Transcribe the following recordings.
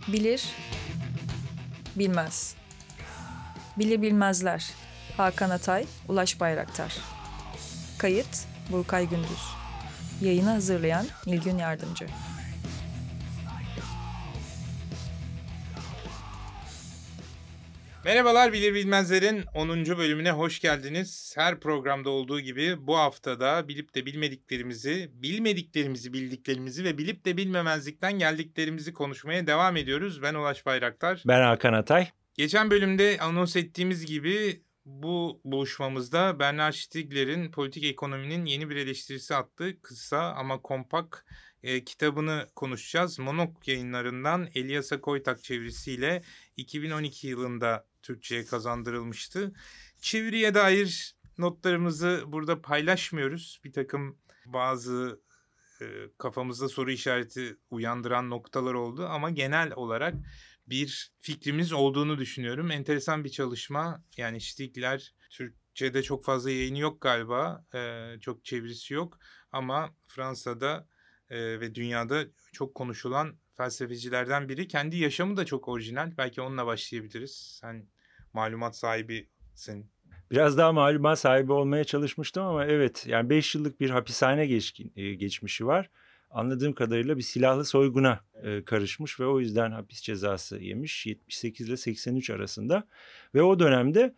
Bilir, bilmez. Bilir bilmezler. Hakan Atay, Ulaş Bayraktar. Kayıt, Burkay Gündüz. Yayını hazırlayan Nilgün Yardımcı. Merhabalar, Bilir Bilmezler'in 10. bölümüne hoş geldiniz. Her programda olduğu gibi bu haftada bilip de bilmediklerimizi, bilmediklerimizi bildiklerimizi ve bilip de bilmemezlikten geldiklerimizi konuşmaya devam ediyoruz. Ben Ulaş Bayraktar. Ben Hakan Atay. Geçen bölümde anons ettiğimiz gibi bu buluşmamızda Bernard Stiegler'in Politik Ekonominin Yeni Bir Eleştirisi adlı kısa ama kompak kitabını konuşacağız. Monok Yayınları'ndan Elias Koytak çevirisiyle 2012 yılında Türkçe'ye kazandırılmıştı. Çeviriye dair notlarımızı burada paylaşmıyoruz. Bir takım bazı kafamızda soru işareti uyandıran noktalar oldu ama genel olarak bir fikrimiz olduğunu düşünüyorum. Enteresan bir çalışma. Yani Stiegler Türkçe'de çok fazla yayını yok galiba. Çok çevirisi yok. Ama Fransa'da ve dünyada çok konuşulan felsefecilerden biri. Kendi yaşamı da çok orijinal. Belki onunla başlayabiliriz. Sen malumat sahibisin. Biraz daha malumat sahibi olmaya çalışmıştım ama evet, yani 5 yıllık bir hapishane geçmişi var. Anladığım kadarıyla bir silahlı soyguna karışmış ve o yüzden hapis cezası yemiş 78 ile 83 arasında. Ve o dönemde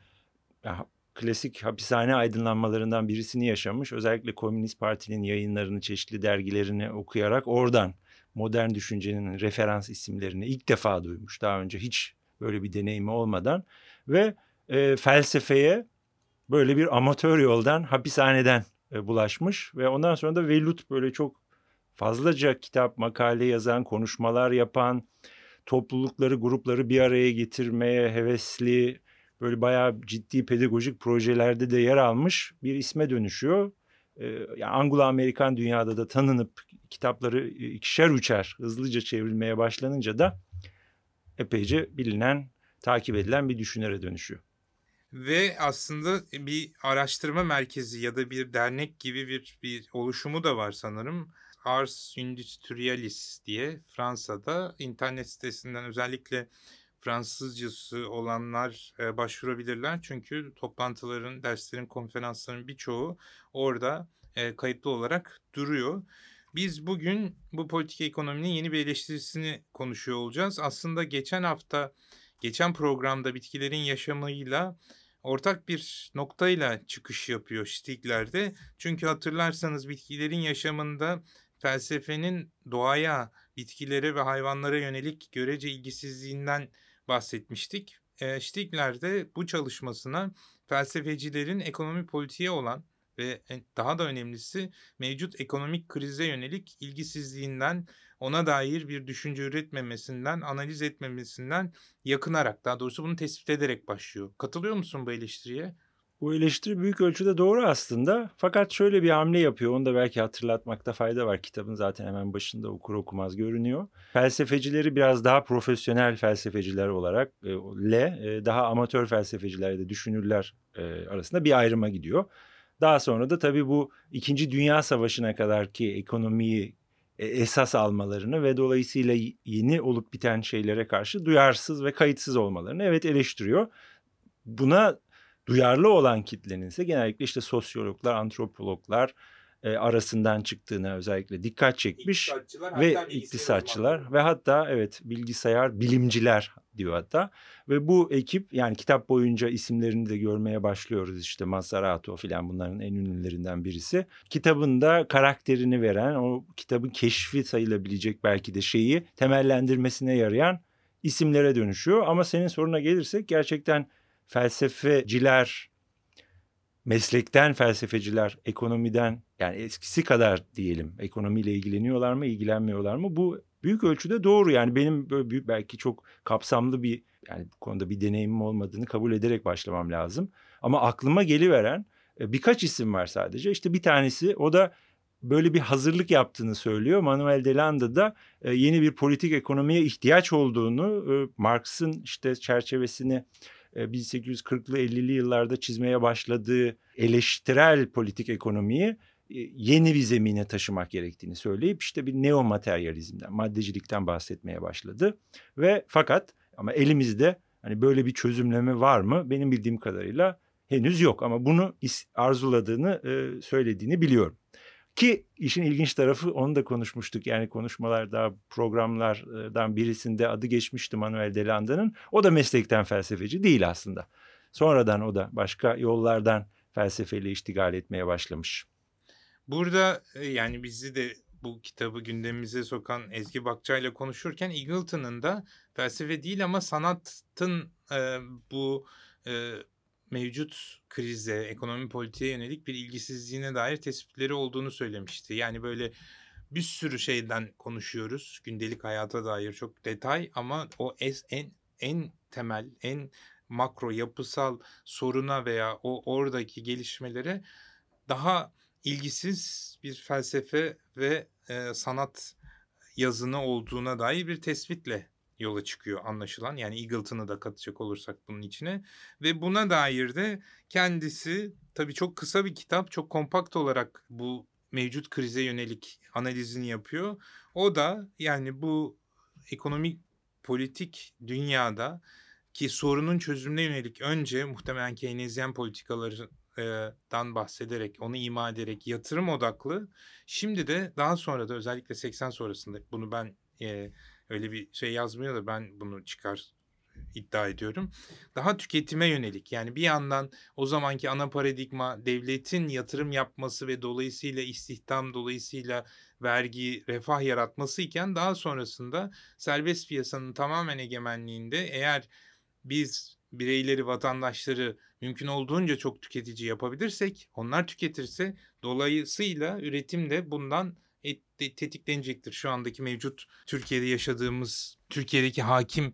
klasik hapishane aydınlanmalarından birisini yaşamış. Özellikle Komünist Parti'nin yayınlarını, çeşitli dergilerini okuyarak oradan modern düşüncenin referans isimlerini ilk defa duymuş. Daha önce hiç böyle bir deneyimi olmadan ve felsefeye böyle bir amatör yoldan, hapishaneden bulaşmış ve ondan sonra da vellut, böyle çok fazlaca kitap, makale yazan, konuşmalar yapan, toplulukları, grupları bir araya getirmeye hevesli, böyle bayağı ciddi pedagojik projelerde de yer almış bir isme dönüşüyor. Yani Anglo-Amerikan dünyada da tanınıp kitapları ikişer üçer hızlıca çevrilmeye başlanınca da epeyce bilinen, takip edilen bir düşünüre dönüşüyor. Ve aslında bir araştırma merkezi ya da bir dernek gibi bir oluşumu da var sanırım. Ars Industrialis diye Fransa'da, internet sitesinden özellikle Fransızcası olanlar başvurabilirler. Çünkü toplantıların, derslerin, konferansların birçoğu orada kayıtlı olarak duruyor. Biz bugün bu politik ekonominin yeni bir eleştirisini konuşuyor olacağız. Aslında geçen programda bitkilerin yaşamıyla ortak bir noktayla çıkış yapıyor Stiegler'de. Çünkü hatırlarsanız bitkilerin yaşamında felsefenin doğaya, bitkilere ve hayvanlara yönelik görece ilgisizliğinden bahsetmiştik. Stiegler de bu çalışmasına felsefecilerin ekonomi politiğe olan ve daha da önemlisi mevcut ekonomik krize yönelik ilgisizliğinden, ona dair bir düşünce üretmemesinden, analiz etmemesinden yakınarak, daha doğrusu bunu tespit ederek başlıyor. Katılıyor musun bu eleştiriye? Bu eleştiri büyük ölçüde doğru aslında. Fakat şöyle bir hamle yapıyor. Onu da belki hatırlatmakta fayda var. Kitabın zaten hemen başında okur okumaz görünüyor. Felsefecileri biraz daha profesyonel felsefeciler olarak daha amatör felsefeciler ya da düşünürler arasında bir ayrıma gidiyor. Daha sonra da tabii bu İkinci Dünya Savaşı'na kadarki ekonomiyi esas almalarını ve dolayısıyla yeni olup biten şeylere karşı duyarsız ve kayıtsız olmalarını eleştiriyor. Buna duyarlı olan kitlenin ise genellikle işte sosyologlar, antropologlar arasından çıktığına özellikle dikkat çekmiş ve iktisatçılar ve hatta bilgisayar bilimciler diyor hatta. Ve bu ekip, yani kitap boyunca isimlerini de görmeye başlıyoruz, işte Massarato filan bunların en ünlülerinden birisi. Kitabında karakterini veren, o kitabın keşfi sayılabilecek belki de şeyi temellendirmesine yarayan isimlere dönüşüyor. Ama senin soruna gelirsek gerçekten felsefeciler, meslekten felsefeciler ekonomiden, yani eskisi kadar diyelim, ekonomiyle ilgileniyorlar mı, ilgilenmiyorlar mı? Bu büyük ölçüde doğru. Yani benim böyle büyük, belki çok kapsamlı bir, yani bu konuda bir deneyimim olmadığını kabul ederek başlamam lazım. Ama aklıma geliveren birkaç isim var sadece. İşte bir tanesi, o da böyle bir hazırlık yaptığını söylüyor. Manuel Delanda da yeni bir politik ekonomiye ihtiyaç olduğunu, Marx'ın işte çerçevesini 1840'lı 50'li yıllarda çizmeye başladığı eleştirel politik ekonomiyi yeni bir zemine taşımak gerektiğini söyleyip işte bir neomateryalizmden, maddecilikten bahsetmeye başladı. Ve fakat ama elimizde hani böyle bir çözümleme var mı? Benim bildiğim kadarıyla henüz yok ama bunu arzuladığını söylediğini biliyorum. Ki işin ilginç tarafı onu da konuşmuştuk. Yani konuşmalarda, programlardan birisinde adı geçmişti Manuel Delanda'nın. O da meslekten felsefeci değil aslında. Sonradan o da başka yollardan felsefeyle iştigal etmeye başlamış. Burada yani bizi de bu kitabı gündemimize sokan Ezgi Bakçay'la konuşurken Eagleton'un da felsefe değil ama sanatın bu mevcut krize, ekonomi politiğe yönelik bir ilgisizliğine dair tespitleri olduğunu söylemişti. Yani böyle bir sürü şeyden konuşuyoruz. Gündelik hayata dair çok detay ama o en temel, en makro yapısal soruna veya o oradaki gelişmelere daha ilgisiz bir felsefe ve sanat yazını olduğuna dair bir tespitle yola çıkıyor anlaşılan. Yani Eagleton'u da katacak olursak bunun içine. Ve buna dair de kendisi tabii çok kısa bir kitap, çok kompakt olarak bu mevcut krize yönelik analizini yapıyor. O da yani bu ekonomik politik dünyada ki sorunun çözümüne yönelik önce muhtemelen Keynesyen politikalardan bahsederek, onu ima ederek yatırım odaklı. Şimdi de daha sonra da özellikle 80 sonrasında bunu ben öyle bir şey yazmıyor da ben bunu iddia ediyorum. Daha tüketime yönelik yani bir yandan o zamanki ana paradigma devletin yatırım yapması ve dolayısıyla istihdam dolayısıyla vergi, refah yaratması iken daha sonrasında serbest piyasanın tamamen egemenliğinde eğer biz bireyleri, vatandaşları mümkün olduğunca çok tüketici yapabilirsek, onlar tüketirse dolayısıyla üretim de bundan tetiklenecektir. Şu andaki mevcut Türkiye'de yaşadığımız, Türkiye'deki hakim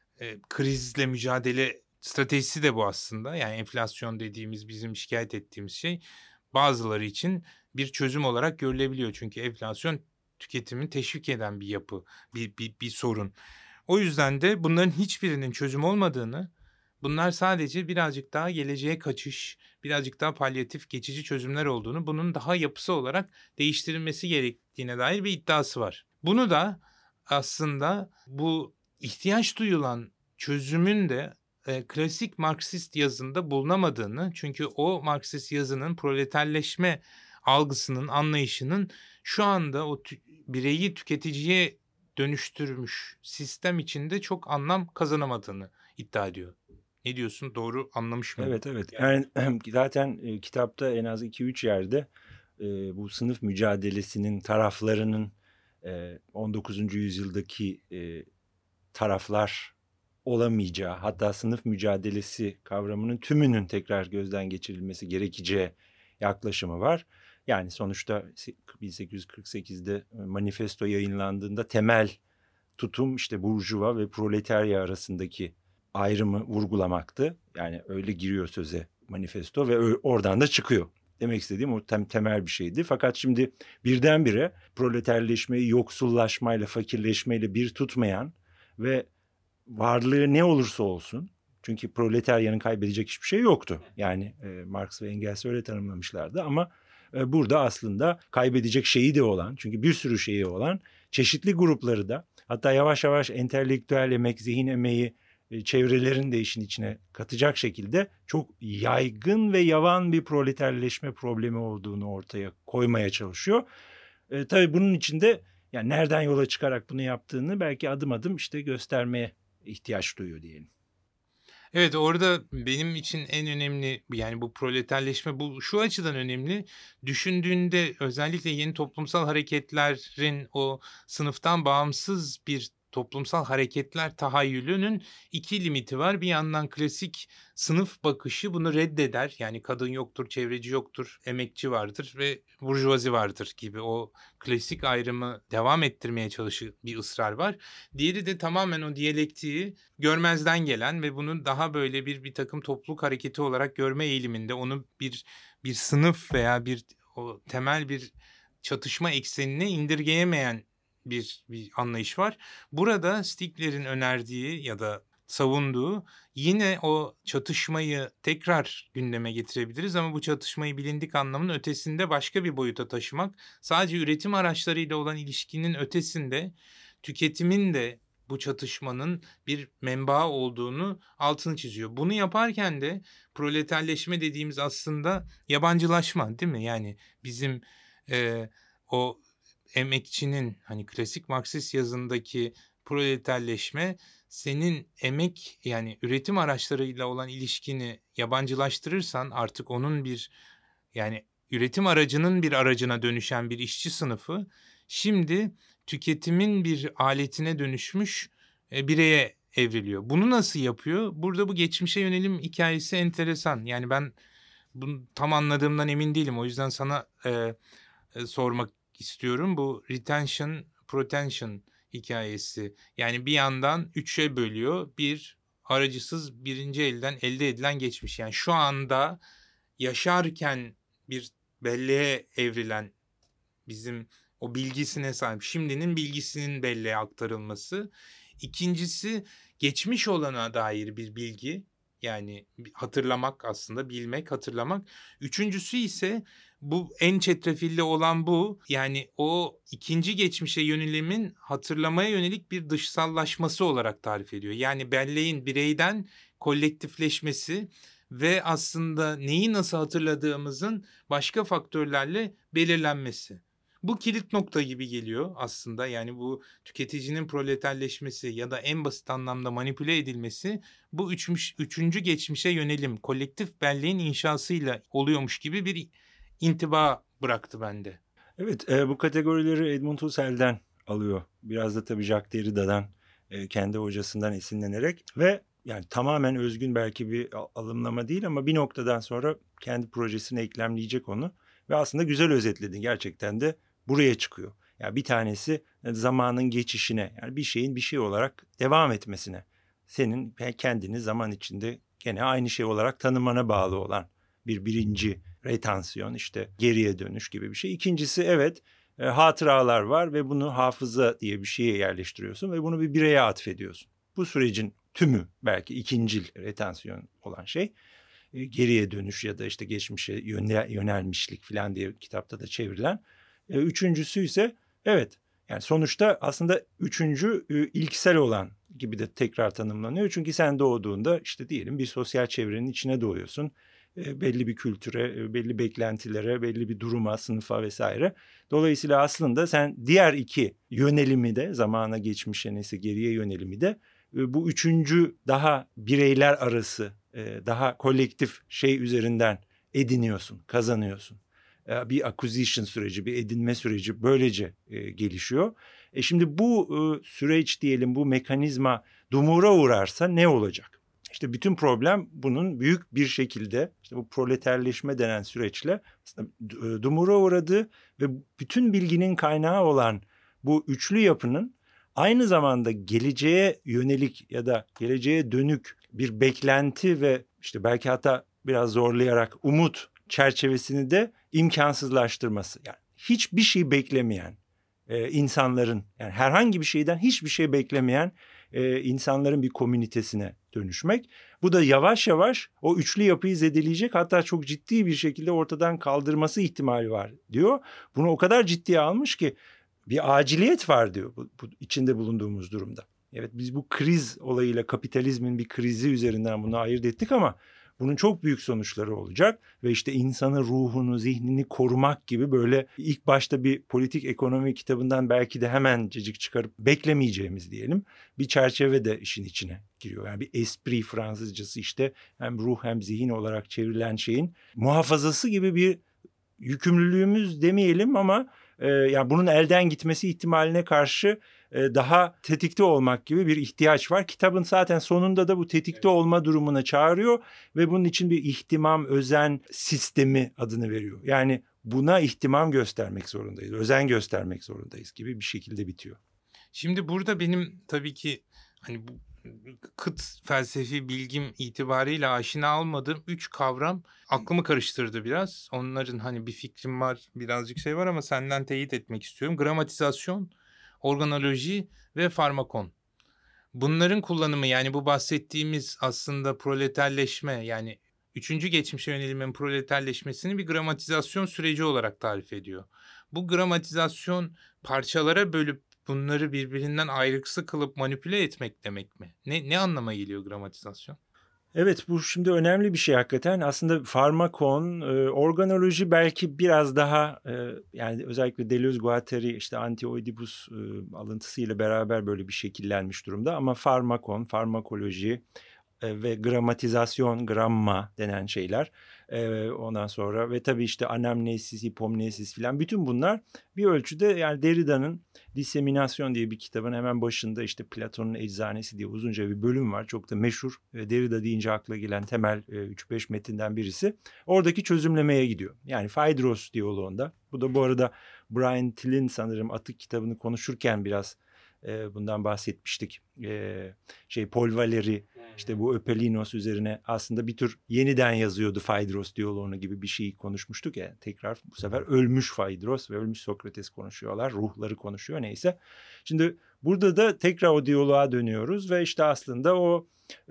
krizle mücadele stratejisi de bu aslında. Yani enflasyon dediğimiz bizim şikayet ettiğimiz şey bazıları için bir çözüm olarak görülebiliyor. Çünkü enflasyon tüketimi teşvik eden bir yapı, bir sorun. O yüzden de bunların hiçbirinin çözüm olmadığını, bunlar sadece birazcık daha geleceğe kaçış, birazcık daha palyatif geçici çözümler olduğunu, bunun daha yapısı olarak değiştirilmesi gerektiğine dair bir iddiası var. Bunu da aslında bu ihtiyaç duyulan çözümün de klasik Marksist yazında bulunamadığını, çünkü o Marksist yazının proleterleşme algısının, anlayışının şu anda o bireyi tüketiciye dönüştürmüş sistem içinde çok anlam kazanamadığını iddia ediyor. Ne diyorsun? Doğru anlamış mıyım? Evet. Yani zaten kitapta en az 2-3 yerde bu sınıf mücadelesinin taraflarının 19. yüzyıldaki taraflar olamayacağı, hatta sınıf mücadelesi kavramının tümünün tekrar gözden geçirilmesi gerekeceği yaklaşımı var. Yani sonuçta 1848'de manifesto yayınlandığında temel tutum işte burjuva ve proletarya arasındaki ayrımı vurgulamaktı. Yani öyle giriyor söze manifesto ve oradan da çıkıyor. Demek istediğim o temel bir şeydi. Fakat şimdi birdenbire proleterleşmeyi yoksullaşmayla, fakirleşmeyle bir tutmayan ve varlığı ne olursa olsun, çünkü proletaryanın kaybedecek hiçbir şey yoktu. Yani Marx ve Engels öyle tanımlamışlardı ama burada aslında kaybedecek şeyi de olan, çünkü bir sürü şeyi olan çeşitli grupları da, hatta yavaş yavaş entelektüel emek, zihin emeği çevrelerin de işin içine katacak şekilde çok yaygın ve yavan bir proleterleşme problemi olduğunu ortaya koymaya çalışıyor. Tabii bunun içinde yani nereden yola çıkarak bunu yaptığını belki adım adım işte göstermeye ihtiyaç duyuyor diyelim. Evet, orada benim için en önemli yani bu proleterleşme bu şu açıdan önemli. Düşündüğünde özellikle yeni toplumsal hareketlerin o sınıftan bağımsız bir toplumsal hareketler tahayyülünün iki limiti var. Bir yandan klasik sınıf bakışı bunu reddeder. Yani kadın yoktur, çevreci yoktur, emekçi vardır ve burjuvazi vardır gibi o klasik ayrımı devam ettirmeye çalışan bir ısrar var. Diğeri de tamamen o diyalektiği görmezden gelen ve bunu daha böyle bir takım topluluk hareketi olarak görme eğiliminde onu bir sınıf veya o temel bir çatışma eksenine indirgeyemeyen bir anlayış var. Burada Stigler'in önerdiği ya da savunduğu, yine o çatışmayı tekrar gündeme getirebiliriz ama bu çatışmayı bilindik anlamın ötesinde başka bir boyuta taşımak, sadece üretim araçlarıyla olan ilişkinin ötesinde tüketimin de bu çatışmanın bir menbaı olduğunu altını çiziyor. Bunu yaparken de proleterleşme dediğimiz aslında yabancılaşma, değil mi? Yani bizim o emekçinin, hani klasik Marksist yazındaki proleterleşme, senin emek, yani üretim araçlarıyla olan ilişkini yabancılaştırırsan, artık onun bir, yani üretim aracının bir aracına dönüşen bir işçi sınıfı şimdi tüketimin bir aletine dönüşmüş bireye evriliyor. Bunu nasıl yapıyor? Burada bu geçmişe yönelim hikayesi enteresan. Yani ben bunu tam anladığımdan emin değilim. O yüzden sana sormak istiyorum. Bu retention, protension hikayesi. Yani bir yandan üçe bölüyor. Bir, aracısız birinci elden elde edilen geçmiş. Yani şu anda yaşarken bir belleğe evrilen, bizim o bilgisine sahip, şimdinin bilgisinin belleğe aktarılması. İkincisi, geçmiş olana dair bir bilgi. Yani hatırlamak, aslında bilmek, hatırlamak. Üçüncüsü ise bu en çetrefilli olan bu. Yani o ikinci geçmişe yönelimin hatırlamaya yönelik bir dışsallaşması olarak tarif ediyor. Yani belleğin bireyden kolektifleşmesi ve aslında neyi nasıl hatırladığımızın başka faktörlerle belirlenmesi. Bu kilit nokta gibi geliyor aslında. Yani bu tüketicinin proleterleşmesi ya da en basit anlamda manipüle edilmesi, bu üçüncü geçmişe yönelim, kolektif belleğin inşasıyla oluyormuş gibi bir intiba bıraktı bende. Evet, bu kategorileri Edmund Husserl'den alıyor. Biraz da tabii Jacques Derrida'dan, kendi hocasından esinlenerek ve yani tamamen özgün belki bir alımlama değil ama bir noktadan sonra kendi projesine eklemleyecek onu ve aslında güzel özetledin, gerçekten de buraya çıkıyor. Yani bir tanesi zamanın geçişine, yani bir şeyin bir şey olarak devam etmesine, senin kendini zaman içinde gene aynı şey olarak tanımana bağlı olan birinci retansiyon, işte geriye dönüş gibi bir şey. İkincisi, evet, hatıralar var ve bunu hafıza diye bir şeye yerleştiriyorsun ve bunu bir bireye atfediyorsun. Bu sürecin tümü belki ikincil retansiyon olan şey. Geriye dönüş ya da işte geçmişe yönelmişlik falan diye kitapta da çevrilen. Üçüncüsü ise evet, yani sonuçta aslında üçüncü ilksel olan gibi de tekrar tanımlanıyor. Çünkü sen doğduğunda işte diyelim bir sosyal çevrenin içine doğuyorsun. Belli bir kültüre, belli beklentilere, belli bir duruma, sınıfa vesaire. Dolayısıyla aslında sen diğer iki yönelimi de, zamana, geçmişe, neyse geriye yönelimi de bu üçüncü daha bireyler arası, daha kolektif şey üzerinden ediniyorsun, kazanıyorsun. Bir acquisition süreci, bir edinme süreci böylece gelişiyor. Şimdi bu süreç diyelim, bu mekanizma dumura uğrarsa ne olacak? İşte bütün problem bunun büyük bir şekilde işte bu proleterleşme denen süreçle aslında dumura uğradığı ve bütün bilginin kaynağı olan bu üçlü yapının aynı zamanda geleceğe yönelik ya da geleceğe dönük bir beklenti ve işte belki hatta biraz zorlayarak umut çerçevesini de imkansızlaştırması. Yani hiçbir şey beklemeyen insanların, yani herhangi bir şeyden hiçbir şey beklemeyen insanların bir komünitesine dönüşmek. Bu da yavaş yavaş o üçlü yapıyı zedeleyecek, hatta çok ciddi bir şekilde ortadan kaldırması ihtimali var diyor. Bunu o kadar ciddiye almış ki bir aciliyet var diyor bu içinde bulunduğumuz durumda. Evet, biz bu kriz olayıyla kapitalizmin bir krizi üzerinden bunu ayırt ettik ama bunun çok büyük sonuçları olacak ve işte insanın ruhunu, zihnini korumak gibi böyle ilk başta bir politik ekonomi kitabından belki de hemencecik çıkarıp beklemeyeceğimiz diyelim bir çerçeve de işin içine giriyor. Yani bir esprit Fransızcası, işte hem ruh hem zihin olarak çevrilen şeyin muhafazası gibi bir yükümlülüğümüz demeyelim ama yani bunun elden gitmesi ihtimaline karşı daha tetikte olmak gibi bir ihtiyaç var. Kitabın zaten sonunda da bu tetikte olma durumuna çağırıyor ve bunun için bir ihtimam, özen sistemi adını veriyor. Yani buna ihtimam göstermek zorundayız, özen göstermek zorundayız gibi bir şekilde bitiyor. Şimdi burada benim tabii ki hani bu kıt felsefi bilgim itibariyle aşina olmadığım 3 kavram aklımı karıştırdı biraz. Onların hani bir fikrim var, birazcık şey var ama senden teyit etmek istiyorum. Gramatizasyon, organoloji ve farmakon. Bunların kullanımı, yani bu bahsettiğimiz aslında proleterleşme, yani üçüncü geçmişe yönelimin proleterleşmesini bir gramatizasyon süreci olarak tarif ediyor. Bu gramatizasyon parçalara bölüp bunları birbirinden ayrıksı kılıp manipüle etmek demek mi? Ne anlama geliyor gramatizasyon? Evet, bu şimdi önemli bir şey hakikaten. Aslında farmakon, organoloji belki biraz daha yani özellikle Deleuze-Guattari işte Anti-Oedipus alıntısıyla beraber böyle bir şekillenmiş durumda. Ama farmakon, farmakoloji ve gramatizasyon, gramma denen şeyler. Ondan sonra ve tabii işte anamnesis, hipomnesis filan, bütün bunlar bir ölçüde yani Derrida'nın Disseminasyon diye bir kitabın hemen başında işte Platon'un Eczanesi diye uzunca bir bölüm var. Çok da meşhur. Derrida deyince akla gelen temel 3-5 metinden birisi. Oradaki çözümlemeye gidiyor. Yani Phaedros diyaloğunda. Bu da bu arada Brian Till'in sanırım Atık kitabını konuşurken biraz bundan bahsetmiştik. Paul Valéry işte bu Öpelinos üzerine aslında bir tür yeniden yazıyordu Phaedros diyaloğunu gibi bir şeyi konuşmuştuk ya. Tekrar bu sefer ölmüş Phaedros ve ölmüş Sokrates konuşuyorlar. Ruhları konuşuyor neyse. Şimdi burada da tekrar o diyaloğa dönüyoruz ve işte aslında o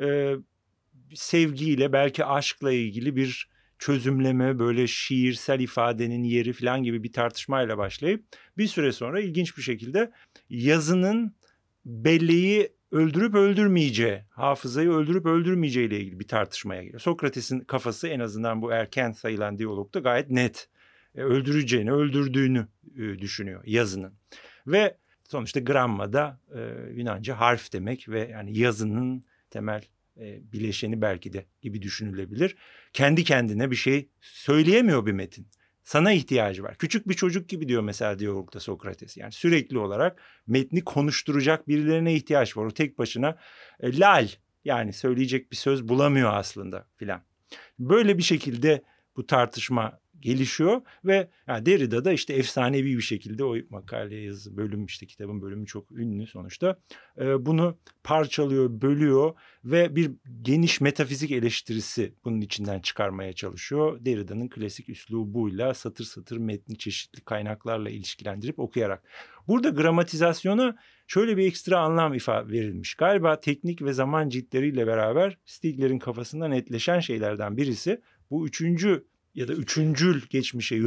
sevgiyle belki aşkla ilgili bir çözümleme, böyle şiirsel ifadenin yeri falan gibi bir tartışmayla başlayıp bir süre sonra ilginç bir şekilde yazının belleği öldürüp öldürmeyeceği, hafızayı öldürüp öldürmeyeceği ile ilgili bir tartışmaya giriyor. Sokrates'in kafası en azından bu erken sayılan diyalogda gayet net. Öldüreceğini, öldürdüğünü düşünüyor yazının. Ve sonuçta gramma da Yunanca harf demek ve yani yazının temel bileşeni belki de gibi düşünülebilir. Kendi kendine bir şey söyleyemiyor bir metin. Sana ihtiyacı var. Küçük bir çocuk gibi diyor mesela diyalogda Sokrates. Yani sürekli olarak metni konuşturacak birilerine ihtiyaç var. O tek başına lal, yani söyleyecek bir söz bulamıyor aslında filan. Böyle bir şekilde bu tartışma gelişiyor ve yani Derrida da işte efsanevi bir şekilde o makale yazı bölüm, işte kitabın bölümü çok ünlü sonuçta. Bunu parçalıyor, bölüyor ve bir geniş metafizik eleştirisi bunun içinden çıkarmaya çalışıyor. Derrida'nın klasik üslubuyla satır satır metni çeşitli kaynaklarla ilişkilendirip okuyarak. Burada gramatizasyona şöyle bir ekstra anlam verilmiş. Galiba teknik ve zaman ciltleriyle beraber Stigler'in kafasında netleşen şeylerden birisi bu üçüncü ya da üçüncül geçmişe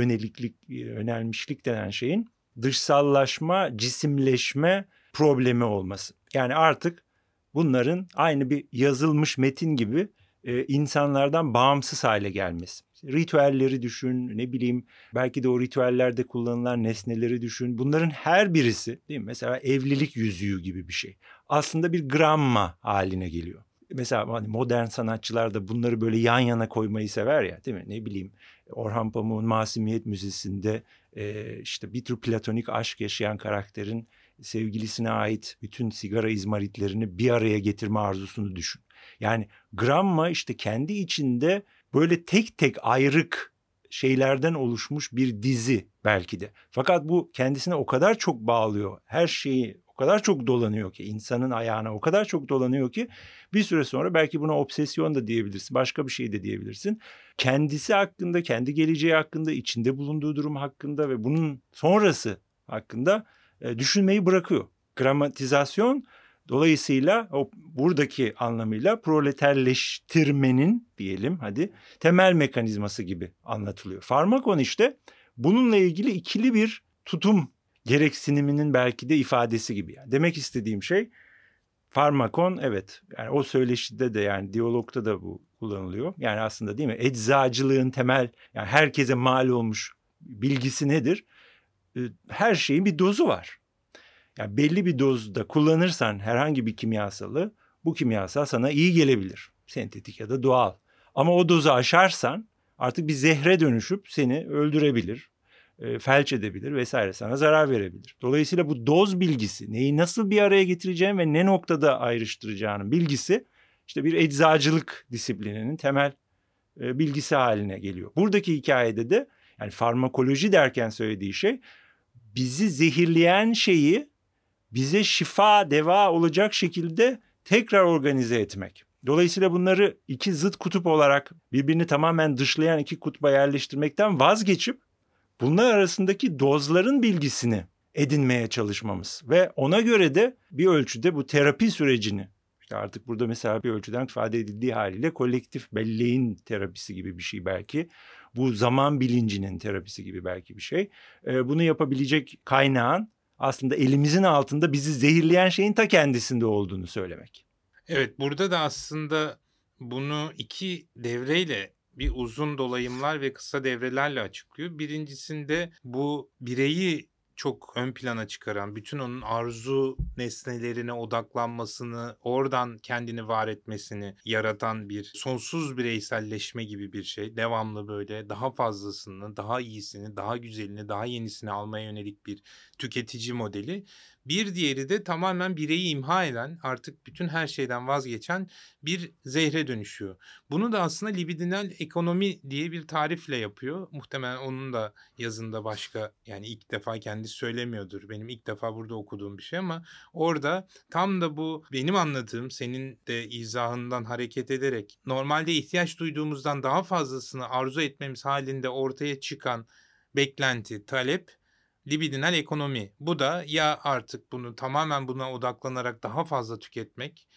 yönelmişlik denen şeyin dışsallaşma, cisimleşme problemi olması. Yani artık bunların aynı bir yazılmış metin gibi insanlardan bağımsız hale gelmesi. Ritüelleri düşün, ne bileyim, belki de o ritüellerde kullanılan nesneleri düşün. Bunların her birisi, değil mi? Mesela evlilik yüzüğü gibi bir şey. Aslında bir gramma haline geliyor. Mesela hani modern sanatçılar da bunları böyle yan yana koymayı sever ya, değil mi? Ne bileyim, Orhan Pamuk'un Masumiyet Müzesi'nde işte bir tür platonik aşk yaşayan karakterin sevgilisine ait bütün sigara izmaritlerini bir araya getirme arzusunu düşün. Yani gramma işte kendi içinde böyle tek tek ayrık şeylerden oluşmuş bir dizi belki de. Fakat bu kendisine o kadar çok bağlıyor. Her şeyi o kadar çok dolanıyor ki, insanın ayağına o kadar çok dolanıyor ki bir süre sonra belki buna obsesyon da diyebilirsin. Başka bir şey de diyebilirsin. Kendisi hakkında, kendi geleceği hakkında, içinde bulunduğu durum hakkında ve bunun sonrası hakkında düşünmeyi bırakıyor. Gramatizasyon dolayısıyla o buradaki anlamıyla proleterleştirmenin diyelim hadi temel mekanizması gibi anlatılıyor. Farmakon işte bununla ilgili ikili bir tutum gereksiniminin belki de ifadesi gibi. Yani demek istediğim şey, farmakon evet, yani o söyleşide de yani diyalogta da bu kullanılıyor. Yani aslında değil mi, eczacılığın temel, yani herkese mal olmuş bilgisi nedir? Her şeyin bir dozu var. Yani belli bir dozda kullanırsan herhangi bir kimyasalı, bu kimyasal sana iyi gelebilir. Sentetik ya da doğal. Ama o dozu aşarsan artık bir zehre dönüşüp seni öldürebilir, felç edebilir vesaire, sana zarar verebilir. Dolayısıyla bu doz bilgisi, neyi nasıl bir araya getireceğin ve ne noktada ayrıştıracağının bilgisi işte bir eczacılık disiplininin temel bilgisi haline geliyor. Buradaki hikayede de yani farmakoloji derken söylediği şey, bizi zehirleyen şeyi bize şifa, deva olacak şekilde tekrar organize etmek. Dolayısıyla bunları iki zıt kutup olarak birbirini tamamen dışlayan iki kutba yerleştirmekten vazgeçip bunlar arasındaki dozların bilgisini edinmeye çalışmamız ve ona göre de bir ölçüde bu terapi sürecini, işte artık burada mesela bir ölçüden ifade edildiği haliyle kolektif belleğin terapisi gibi bir şey belki, bu zaman bilincinin terapisi gibi belki bir şey. Bunu yapabilecek kaynağın aslında elimizin altında bizi zehirleyen şeyin ta kendisinde olduğunu söylemek. Evet, burada da aslında bunu iki devreyle, bir uzun dolayımlar ve kısa devrelerle açıklıyor. Birincisinde bu bireyi çok ön plana çıkaran, bütün onun arzu nesnelerine odaklanmasını, oradan kendini var etmesini yaratan bir sonsuz bireyselleşme gibi bir şey. Devamlı böyle daha fazlasını, daha iyisini, daha güzelini, daha yenisini almaya yönelik bir tüketici modeli. Bir diğeri de tamamen bireyi imha eden, artık bütün her şeyden vazgeçen bir zehre dönüşüyor. Bunu da aslında libidinal ekonomi diye bir tarifle yapıyor. Muhtemelen onun da yazında başka, yani ilk defa kendisi söylemiyordur. Benim ilk defa burada okuduğum bir şey ama orada tam da bu benim anladığım, senin de izahından hareket ederek normalde ihtiyaç duyduğumuzdan daha fazlasını arzu etmemiz halinde ortaya çıkan beklenti, talep, libidinal ekonomi. Bu da ya artık bunu tamamen buna odaklanarak daha fazla tüketmek,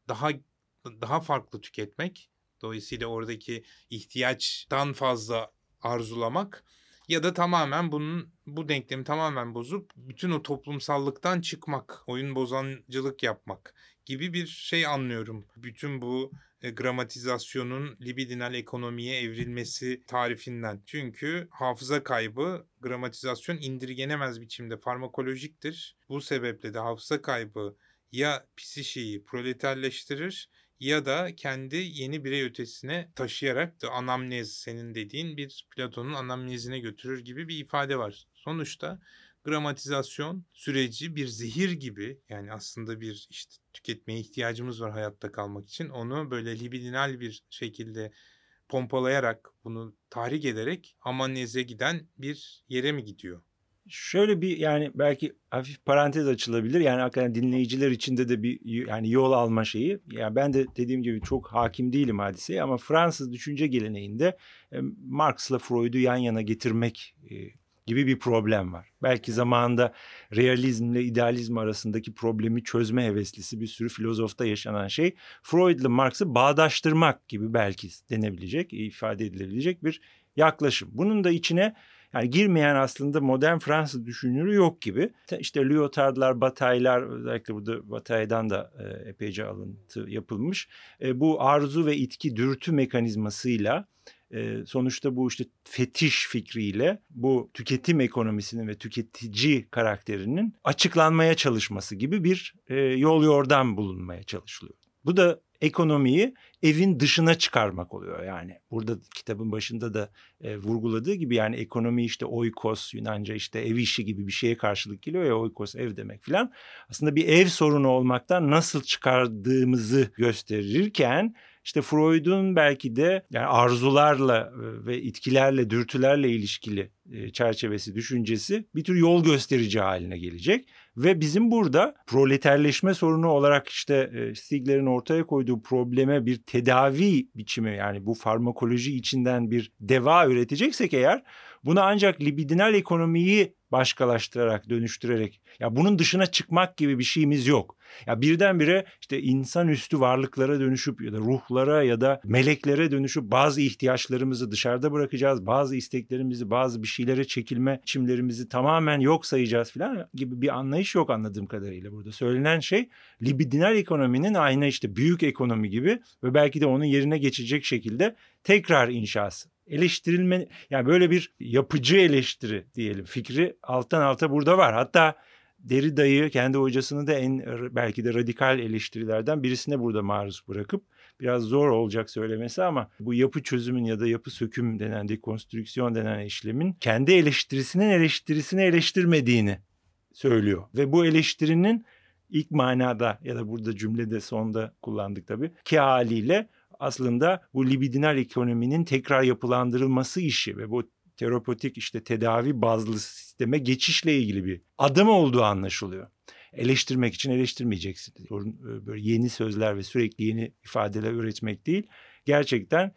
daha farklı tüketmek. Dolayısıyla oradaki ihtiyaçtan fazla arzulamak ya da tamamen bu denklemi tamamen bozup bütün o toplumsallıktan çıkmak, oyun bozancılık yapmak gibi bir şey anlıyorum. Bütün bu gramatizasyonun libidinal ekonomiye evrilmesi tarifinden. Çünkü hafıza kaybı, gramatizasyon indirgenemez biçimde farmakolojiktir. Bu sebeple de hafıza kaybı ya psişeyi proleterleştirir ya da kendi yeni birey ötesine taşıyarak da anamnez, senin dediğin bir Platon'un anamnezine götürür gibi bir ifade var. Sonuçta gramatizasyon süreci bir zehir gibi, yani aslında bir işte tüketmeye ihtiyacımız var hayatta kalmak için. Onu böyle libidinal bir şekilde pompalayarak, bunu tahrik ederek amaneze giden bir yere mi gidiyor? Şöyle bir, yani belki hafif parantez açılabilir. Yani hakikaten dinleyiciler içinde de bir yani yol alma şeyi. Yani ben de dediğim gibi çok hakim değilim hadiseye ama Fransız düşünce geleneğinde Marx'la Freud'u yan yana getirmek gibi bir problem var. Belki zamanında realizmle idealizm arasındaki problemi çözme heveslisi bir sürü filozofta yaşanan şey, Freud'la Marx'ı bağdaştırmak gibi belki denebilecek, ifade edilebilecek bir yaklaşım. Bunun da içine yani girmeyen aslında modern Fransız düşünürü yok gibi. İşte Lyotard'lar, Bataille'lar, özellikle burada Bataille'dan da epeyce alıntı yapılmış. Bu arzu ve itki dürtü mekanizmasıyla sonuçta bu işte fetiş fikriyle bu tüketim ekonomisinin ve tüketici karakterinin açıklanmaya çalışması gibi bir yol yordam bulunmaya çalışılıyor. Bu da ekonomiyi evin dışına çıkarmak oluyor yani. Burada kitabın başında da vurguladığı gibi, yani ekonomi işte oikos, Yunanca işte ev işi gibi bir şeye karşılık geliyor ya, oikos ev demek filan. Aslında bir ev sorunu olmaktan nasıl çıkardığımızı gösterirken işte Freud'un belki de yani arzularla ve itkilerle, dürtülerle ilişkili çerçevesi, düşüncesi bir tür yol gösterici haline gelecek. Ve bizim burada proleterleşme sorunu olarak işte Stigler'in ortaya koyduğu probleme bir tedavi biçimi, yani bu farmakoloji içinden bir deva üreteceksek eğer, bunu ancak libidinal ekonomiyi başkalaştırarak, dönüştürerek, ya bunun dışına çıkmak gibi bir şeyimiz yok. Ya birdenbire işte insanüstü varlıklara dönüşüp ya da ruhlara ya da meleklere dönüşüp bazı ihtiyaçlarımızı dışarıda bırakacağız, bazı isteklerimizi, bazı bir şeylere çekilme biçimlerimizi tamamen yok sayacağız falan gibi bir anlayış yok anladığım kadarıyla burada. Söylenen şey libidinal ekonominin aynı işte büyük ekonomi gibi ve belki de onun yerine geçecek şekilde tekrar inşası. Eleştirilme, yani böyle bir yapıcı eleştiri diyelim fikri alttan alta burada var. Hatta Derrida'yı, kendi hocasını da en belki de radikal eleştirilerden birisine burada maruz bırakıp, biraz zor olacak söylemesi ama bu yapı çözümün ya da yapı söküm denen, dekonstrüksiyon denen işlemin kendi eleştirisinin eleştirisini eleştirmediğini söylüyor. Ve bu eleştirinin ilk manada ya da burada cümlede sonda kullandık tabii ki haliyle aslında bu libidinal ekonominin tekrar yapılandırılması işi ve bu terapotik işte tedavi bazlı sisteme geçişle ilgili bir adım olduğu anlaşılıyor. Eleştirmek için eleştirmeyeceksin. Böyle yeni sözler ve sürekli yeni ifadeler üretmek değil. Gerçekten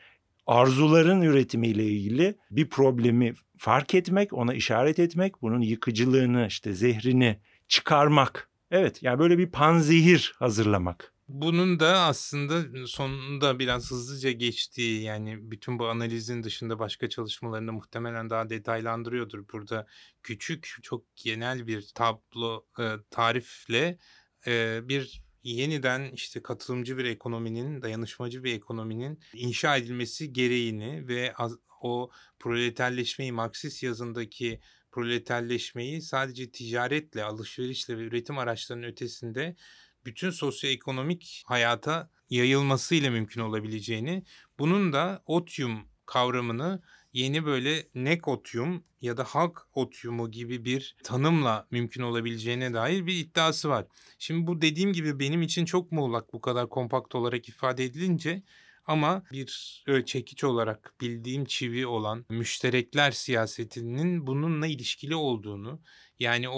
arzuların üretimiyle ilgili bir problemi fark etmek, ona işaret etmek, bunun yıkıcılığını, işte zehrini çıkarmak. Evet, yani böyle bir panzehir hazırlamak. Bunun da aslında sonunda biraz hızlıca geçtiği, yani bütün bu analizin dışında başka çalışmalarını muhtemelen daha detaylandırıyordur. Burada küçük, çok genel bir tablo, tarifle bir yeniden işte katılımcı bir ekonominin, dayanışmacı bir ekonominin inşa edilmesi gereğini ve o proleterleşmeyi, Marksist yazındaki proleterleşmeyi sadece ticaretle, alışverişle ve üretim araçlarının ötesinde bütün sosyoekonomik hayata yayılmasıyla mümkün olabileceğini, bunun da otyum kavramını yeni böyle nekotyum ya da halk otyumu gibi bir tanımla mümkün olabileceğine dair bir iddiası var. Şimdi bu dediğim gibi benim için çok muğlak bu kadar kompakt olarak ifade edilince, ama bir çekiç olarak bildiğim çivi olan müşterekler siyasetinin bununla ilişkili olduğunu, yani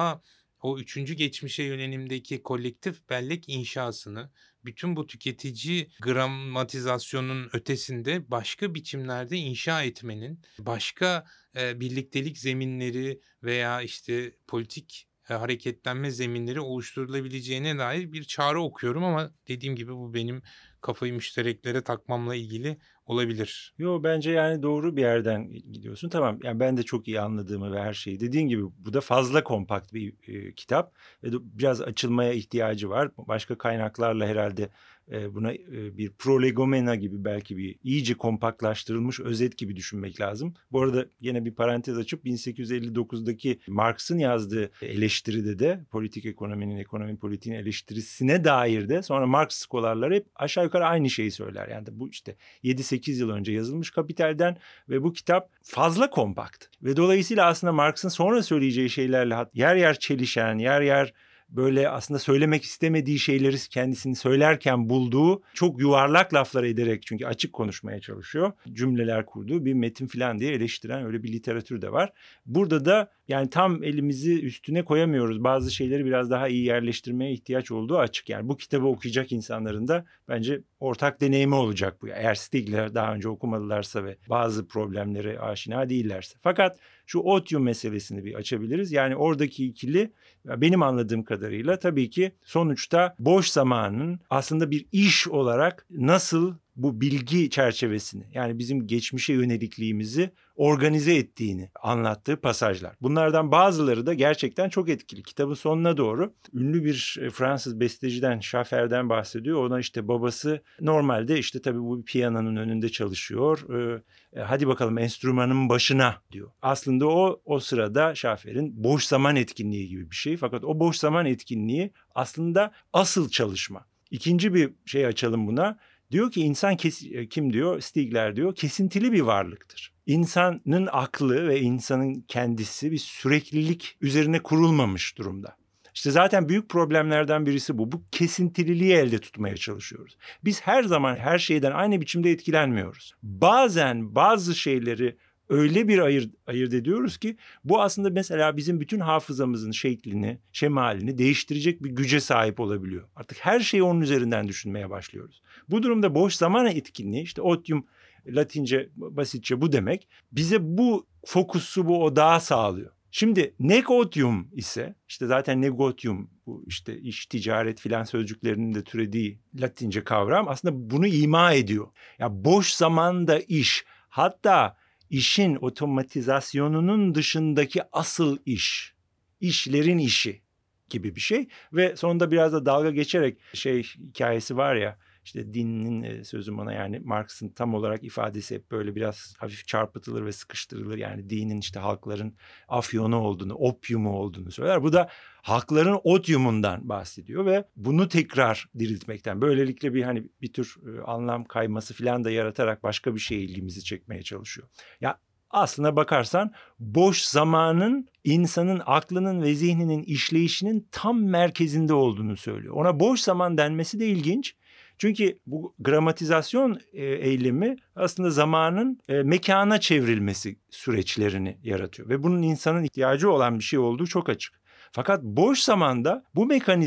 o üçüncü geçmişe yönelimdeki kolektif bellek inşasını bütün bu tüketici gramatizasyonun ötesinde başka biçimlerde inşa etmenin, başka birliktelik zeminleri veya işte politik hareketlenme zeminleri oluşturulabileceğine dair bir çağrı okuyorum, ama dediğim gibi bu benim kafayı müştereklere takmamla ilgili olabilir. Yo, bence yani doğru bir yerden gidiyorsun. Tamam, yani ben de çok iyi anladığımı ve her şeyi dediğin gibi bu da fazla kompakt bir kitap ve biraz açılmaya ihtiyacı var. Başka kaynaklarla herhalde buna bir prolegomena gibi, belki bir iyice kompaktlaştırılmış özet gibi düşünmek lazım. Bu arada yine bir parantez açıp 1859'daki Marx'ın yazdığı eleştiride de politik ekonominin, ekonomi politiğin eleştirisine dair de sonra Marx skolarları hep aşağı yukarı aynı şeyi söyler. Yani bu işte 7-8 yıl önce yazılmış Kapital'den ve bu kitap fazla kompakt. Ve dolayısıyla aslında Marx'ın sonra söyleyeceği şeylerle yer yer çelişen, yer yer böyle aslında söylemek istemediği şeyleri kendisini söylerken bulduğu, çok yuvarlak laflar ederek, çünkü açık konuşmaya çalışıyor, cümleler kurduğu bir metin falan diye eleştiren öyle bir literatür de var. Burada da yani tam elimizi üstüne koyamıyoruz. Bazı şeyleri biraz daha iyi yerleştirmeye ihtiyaç olduğu açık. Yani bu kitabı okuyacak insanların da bence ortak deneyimi olacak bu. Eğer Stigler daha önce okumadılarsa ve bazı problemlere aşina değillerse. Fakat şu otyum meselesini bir açabiliriz. Yani oradaki ikili, benim anladığım kadarıyla tabii ki sonuçta boş zamanın aslında bir iş olarak nasıl bu bilgi çerçevesini, yani bizim geçmişe yönelikliğimizi organize ettiğini anlattığı pasajlar. Bunlardan bazıları da gerçekten çok etkili. Kitabın sonuna doğru ünlü bir Fransız besteciden, Schaffer'den bahsediyor. Ona işte babası normalde işte tabii bu piyanonun önünde çalışıyor. Hadi bakalım enstrümanın başına diyor. Aslında o sırada Schaffer'in boş zaman etkinliği gibi bir şey. Fakat o boş zaman etkinliği aslında asıl çalışma. İkinci bir şey açalım buna. Diyor ki insan kim diyor? Stigler diyor, kesintili bir varlıktır. İnsanın aklı ve insanın kendisi bir süreklilik üzerine kurulmamış durumda. İşte zaten büyük problemlerden birisi bu. Bu kesintililiği elde tutmaya çalışıyoruz. Biz her zaman her şeyden aynı biçimde etkilenmiyoruz. Bazen bazı şeyleri öyle bir ayırt ediyoruz ki bu aslında mesela bizim bütün hafızamızın şeklini, şemalini değiştirecek bir güce sahip olabiliyor. Artık her şeyi onun üzerinden düşünmeye başlıyoruz. Bu durumda boş zaman etkinliği, işte otium Latince basitçe bu demek, bize bu fokusu, bu odağı sağlıyor. Şimdi negotium ise, işte zaten negotium, bu işte iş, ticaret filan sözcüklerinin de türediği Latince kavram aslında bunu ima ediyor. Ya boş zamanda iş, hatta işin otomatizasyonunun dışındaki asıl iş, işlerin işi gibi bir şey. Ve sonunda biraz da dalga geçerek hikayesi var ya, işte dinin sözüm ona, yani Marx'ın tam olarak ifadesi hep böyle biraz hafif çarpıtılır ve sıkıştırılır. Yani dinin işte halkların afyonu olduğunu, opyumu olduğunu söyler. Bu da halkların otyumundan bahsediyor ve bunu tekrar diriltmekten, böylelikle bir tür anlam kayması falan da yaratarak başka bir şeye ilgimizi çekmeye çalışıyor. Ya aslına bakarsan boş zamanın insanın aklının ve zihninin işleyişinin tam merkezinde olduğunu söylüyor. Ona boş zaman denmesi de ilginç. Çünkü bu gramatizasyon eylemi aslında zamanın mekana çevrilmesi süreçlerini yaratıyor. Ve bunun insanın ihtiyacı olan bir şey olduğu çok açık. Fakat boş zamanda bu mekanizma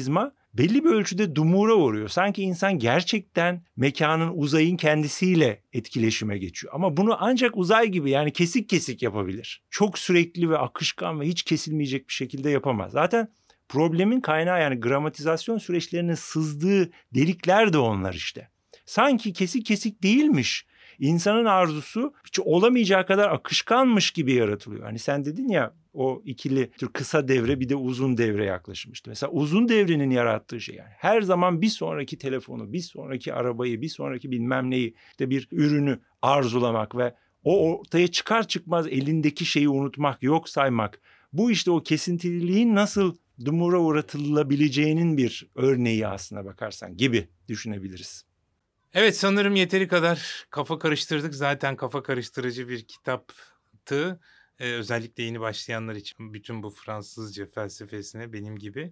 belli bir ölçüde dumura uğruyor. Sanki insan gerçekten mekanın, uzayın kendisiyle etkileşime geçiyor. Ama bunu ancak uzay gibi, yani kesik kesik yapabilir. Çok sürekli ve akışkan ve hiç kesilmeyecek bir şekilde yapamaz. Zaten problemin kaynağı, yani gramatizasyon süreçlerinin sızdığı delikler de onlar işte. Sanki kesik kesik değilmiş. İnsanın arzusu hiç olamayacağı kadar akışkanmış gibi yaratılıyor. Hani sen dedin ya, o ikili tür kısa devre bir de uzun devre yaklaşmıştı. Mesela uzun devrenin yarattığı şey, yani her zaman bir sonraki telefonu, bir sonraki arabayı, bir sonraki bilmem neyi, işte bir ürünü arzulamak ve o ortaya çıkar çıkmaz elindeki şeyi unutmak, yok saymak. Bu işte o kesintililiğin nasıl dumura uğratılabileceğinin bir örneği aslına bakarsan gibi düşünebiliriz. Evet, sanırım yeteri kadar kafa karıştırdık. Zaten kafa karıştırıcı bir kitaptı. Özellikle yeni başlayanlar için bütün bu Fransızca felsefesine benim gibi.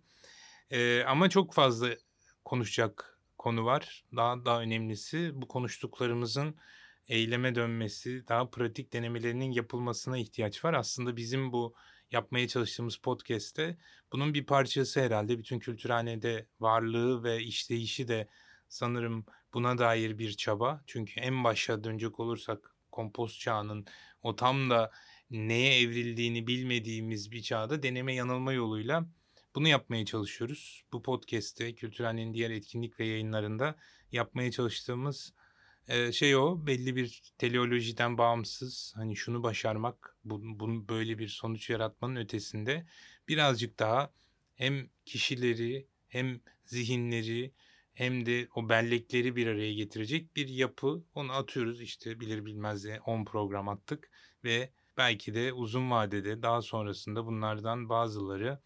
Ama çok fazla konuşacak konu var. Daha önemlisi bu konuştuklarımızın eyleme dönmesi, daha pratik denemelerinin yapılmasına ihtiyaç var. Aslında bizim bu yapmaya çalıştığımız podcast'te bunun bir parçası herhalde. Bütün Kültürhane'de varlığı ve işleyişi de sanırım buna dair bir çaba. Çünkü en başa dönecek olursak kompost çağının o tam da neye evrildiğini bilmediğimiz bir çağda deneme yanılma yoluyla bunu yapmaya çalışıyoruz. Bu podcast'te Kültürhane'nin diğer etkinlik ve yayınlarında yapmaya çalıştığımız şey o, belli bir teleolojiden bağımsız, hani şunu başarmak, bunu böyle bir sonuç yaratmanın ötesinde birazcık daha hem kişileri hem zihinleri hem de o bellekleri bir araya getirecek bir yapı. Onu atıyoruz işte, bilir bilmez de 10 program attık ve belki de uzun vadede daha sonrasında bunlardan bazıları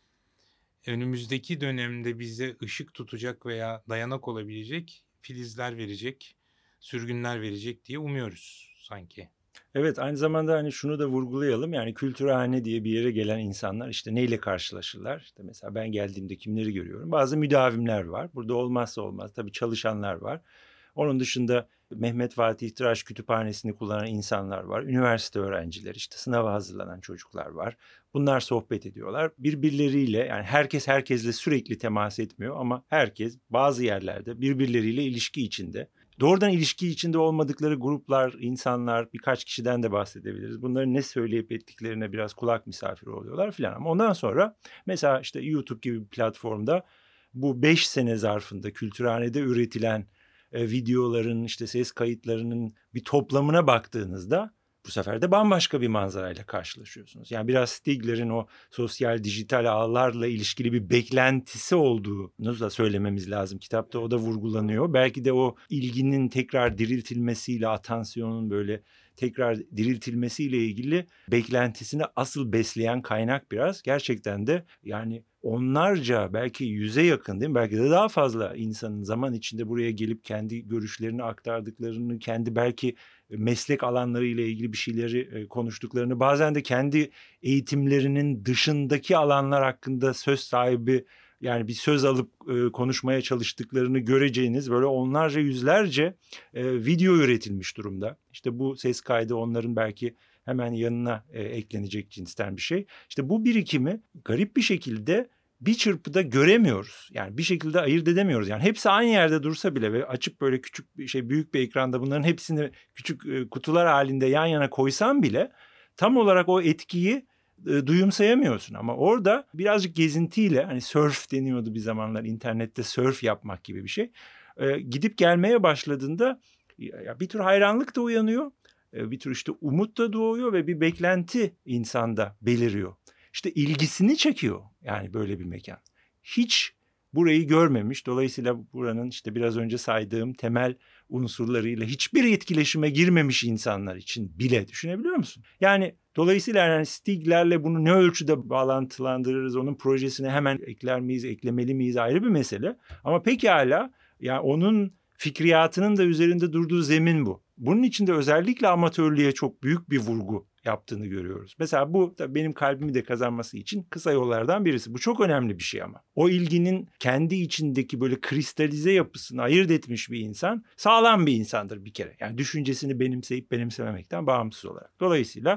önümüzdeki dönemde bize ışık tutacak veya dayanak olabilecek filizler verecek, sürgünler verecek diye umuyoruz sanki. Evet, aynı zamanda hani şunu da vurgulayalım. Yani Kültürhane diye bir yere gelen insanlar işte neyle karşılaşırlar? İşte mesela ben geldiğimde kimleri görüyorum? Bazı müdavimler var. Burada olmazsa olmaz tabii çalışanlar var. Onun dışında Mehmet Fatih Tıraş Kütüphanesi'ni kullanan insanlar var. Üniversite öğrencileri, işte sınava hazırlanan çocuklar var. Bunlar sohbet ediyorlar. Birbirleriyle, yani herkes herkesle sürekli temas etmiyor ama herkes bazı yerlerde birbirleriyle ilişki içinde. Doğrudan ilişki içinde olmadıkları gruplar, insanlar, birkaç kişiden de bahsedebiliriz. Bunların ne söyleyip ettiklerine biraz kulak misafiri oluyorlar filan. Ama ondan sonra mesela işte YouTube gibi bir platformda bu 5 sene zarfında Kültürhane'de üretilen videoların, işte ses kayıtlarının bir toplamına baktığınızda bu sefer de bambaşka bir manzarayla karşılaşıyorsunuz. Yani biraz Stigler'in o sosyal dijital ağlarla ilişkili bir beklentisi olduğunu da söylememiz lazım. Kitapta o da vurgulanıyor. Belki de o ilginin tekrar diriltilmesiyle, atansiyonun böyle tekrar diriltilmesiyle ilgili beklentisini asıl besleyen kaynak biraz. Gerçekten de yani onlarca, belki 100'e yakın, değil mi? Belki de daha fazla insanın zaman içinde buraya gelip kendi görüşlerini aktardıklarını, kendi belki meslek alanları ile ilgili bir şeyleri konuştuklarını, bazen de kendi eğitimlerinin dışındaki alanlar hakkında söz sahibi, yani bir söz alıp konuşmaya çalıştıklarını göreceğiniz böyle onlarca, yüzlerce video üretilmiş durumda. İşte bu ses kaydı onların belki hemen yanına eklenecek cinsten bir şey. İşte bu birikimi garip bir şekilde bir çırpıda göremiyoruz. Yani bir şekilde ayırt edemiyoruz. Yani hepsi aynı yerde dursa bile ve açıp böyle küçük bir şey, büyük bir ekranda bunların hepsini küçük kutular halinde yan yana koysam bile tam olarak o etkiyi duyumsayamıyorsun. Ama orada birazcık gezintiyle, hani surf deniyordu bir zamanlar, internette surf yapmak gibi bir şey. Gidip gelmeye başladığında bir tür hayranlık da uyanıyor. Bir tür işte umut da doğuyor ve bir beklenti insanda beliriyor. İşte ilgisini çekiyor yani böyle bir mekan. Hiç burayı görmemiş, dolayısıyla buranın işte biraz önce saydığım temel unsurlarıyla hiçbir etkileşime girmemiş insanlar için bile, düşünebiliyor musun? Yani dolayısıyla yani Stigler'le bunu ne ölçüde bağlantılandırırız, onun projesine hemen ekler miyiz, eklemeli miyiz ayrı bir mesele. Ama pekala, yani onun fikriyatının da üzerinde durduğu zemin bu. Bunun içinde özellikle amatörlüğe çok büyük bir vurgu yaptığını görüyoruz. Mesela bu da benim kalbimi de kazanması için kısa yollardan birisi. Bu çok önemli bir şey ama. O ilginin kendi içindeki böyle kristalize yapısını ayırt etmiş bir insan sağlam bir insandır bir kere. Yani düşüncesini benimseyip benimsememekten bağımsız olarak. Dolayısıyla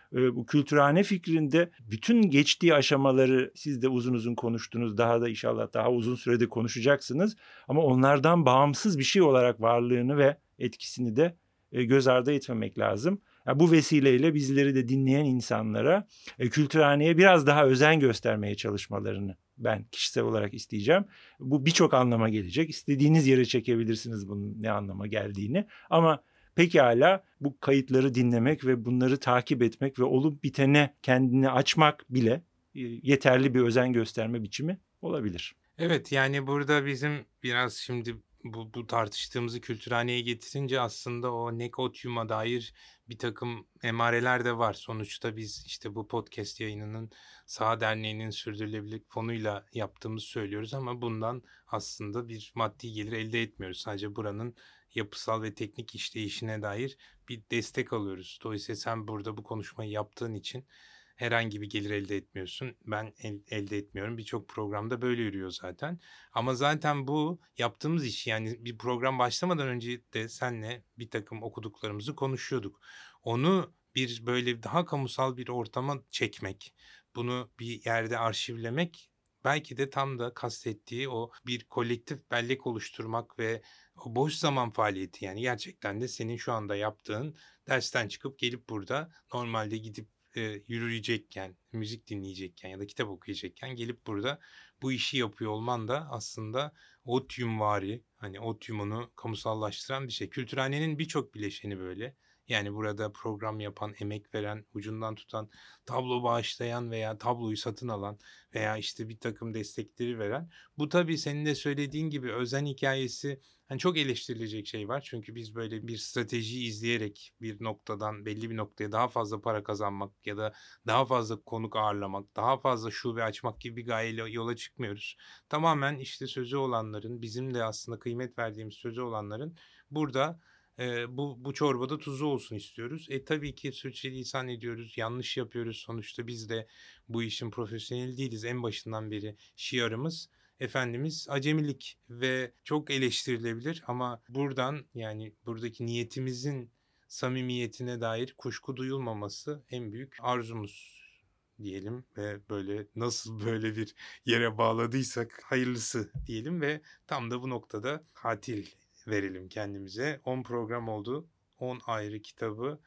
Bu kültürhane fikrinde bütün geçtiği aşamaları siz de uzun uzun konuştunuz. Daha da inşallah daha uzun sürede konuşacaksınız. Ama onlardan bağımsız bir şey olarak varlığını ve etkisini de göz ardı etmemek lazım. Yani bu vesileyle bizleri de dinleyen insanlara kültürhaneye biraz daha özen göstermeye çalışmalarını ben kişisel olarak isteyeceğim. Bu birçok anlama gelecek. İstediğiniz yere çekebilirsiniz bunun ne anlama geldiğini. Ama pekala bu kayıtları dinlemek ve bunları takip etmek ve olup bitene kendini açmak bile yeterli bir özen gösterme biçimi olabilir. Evet, yani burada bizim biraz şimdi bu tartıştığımızı kültürhaneye getirince aslında o Nekotyum'a dair bir takım emareler de var. Sonuçta biz işte bu podcast yayınının Saha Derneği'nin sürdürülebilirlik fonuyla yaptığımızı söylüyoruz ama bundan aslında bir maddi gelir elde etmiyoruz. Sadece buranın yapısal ve teknik işleyişine dair bir destek alıyoruz. Dolayısıyla sen burada bu konuşmayı yaptığın için herhangi bir gelir elde etmiyorsun. Ben elde etmiyorum. Birçok programda böyle yürüyor zaten. Ama zaten bu yaptığımız iş, yani bir program başlamadan önce de seninle bir takım okuduklarımızı konuşuyorduk. Onu bir böyle daha kamusal bir ortama çekmek, bunu bir yerde arşivlemek belki de tam da kastettiği o bir kolektif bellek oluşturmak ve o boş zaman faaliyeti, yani gerçekten de senin şu anda yaptığın dersten çıkıp gelip burada normalde gidip yürüyecekken, müzik dinleyecekken ya da kitap okuyacakken gelip burada bu işi yapıyor olman da aslında Otyumvari, hani Otyum'unu kamusallaştıran bir şey. Kültürhanenin birçok bileşeni böyle. Yani burada program yapan, emek veren, ucundan tutan, tablo bağışlayan veya tabloyu satın alan veya işte bir takım destekleri veren. Bu tabii senin de söylediğin gibi özen hikayesi, hani çok eleştirilecek şey var. Çünkü biz böyle bir strateji izleyerek bir noktadan belli bir noktaya daha fazla para kazanmak ya da daha fazla konuk ağırlamak, daha fazla şube açmak gibi bir gayeyle yola çıkmıyoruz. Tamamen işte sözü olanların, bizim de aslında kıymet verdiğimiz sözü olanların burada bu çorbada tuzu olsun istiyoruz. Tabii ki sürçülisan ediyoruz, yanlış yapıyoruz. Sonuçta biz de bu işin profesyoneli değiliz. En başından beri şiarımız Efendimiz acemilik ve çok eleştirilebilir ama buradan, yani buradaki niyetimizin samimiyetine dair kuşku duyulmaması en büyük arzumuz diyelim ve böyle nasıl böyle bir yere bağladıysak hayırlısı diyelim ve tam da bu noktada tatil verelim kendimize. 10 program oldu. 10 ayrı kitabı,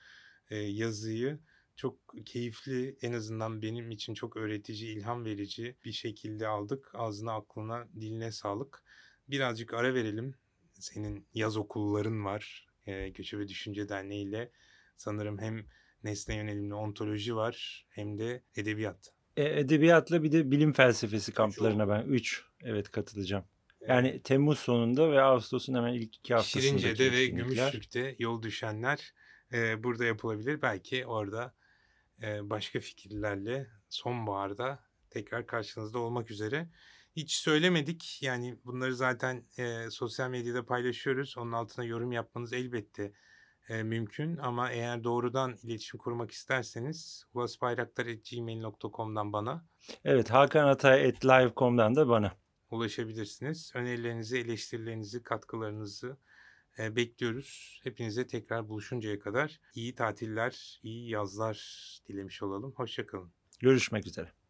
yazıyı çok keyifli, en azından benim için çok öğretici, ilham verici bir şekilde aldık. Ağzına, aklına, diline sağlık. Birazcık ara verelim. Senin yaz okulların var. Göçebe Düşünce Derneği ile sanırım hem nesne yönelimli ontoloji var hem de edebiyat. Edebiyatla bir de bilim felsefesi Üç kamplarına oldu. ben 3 evet katılacağım. E, Yani Temmuz sonunda ve Ağustos'un hemen ilk 2 haftasındaki Şirince'de ve etkinlikler. Gümüşlük'te yol düşenler burada yapılabilir. Belki orada başka fikirlerle sonbaharda tekrar karşınızda olmak üzere. Hiç söylemedik, yani bunları zaten sosyal medyada paylaşıyoruz. Onun altına yorum yapmanız elbette mümkün ama eğer doğrudan iletişim kurmak isterseniz ulasbayraktar@gmail.com'dan bana Evet, hakanatay@live.com'dan da bana. ulaşabilirsiniz. Önerilerinizi, eleştirilerinizi, katkılarınızı bekliyoruz. Hepinize tekrar buluşuncaya kadar iyi tatiller, iyi yazlar dilemiş olalım. Hoşça kalın. Görüşmek üzere.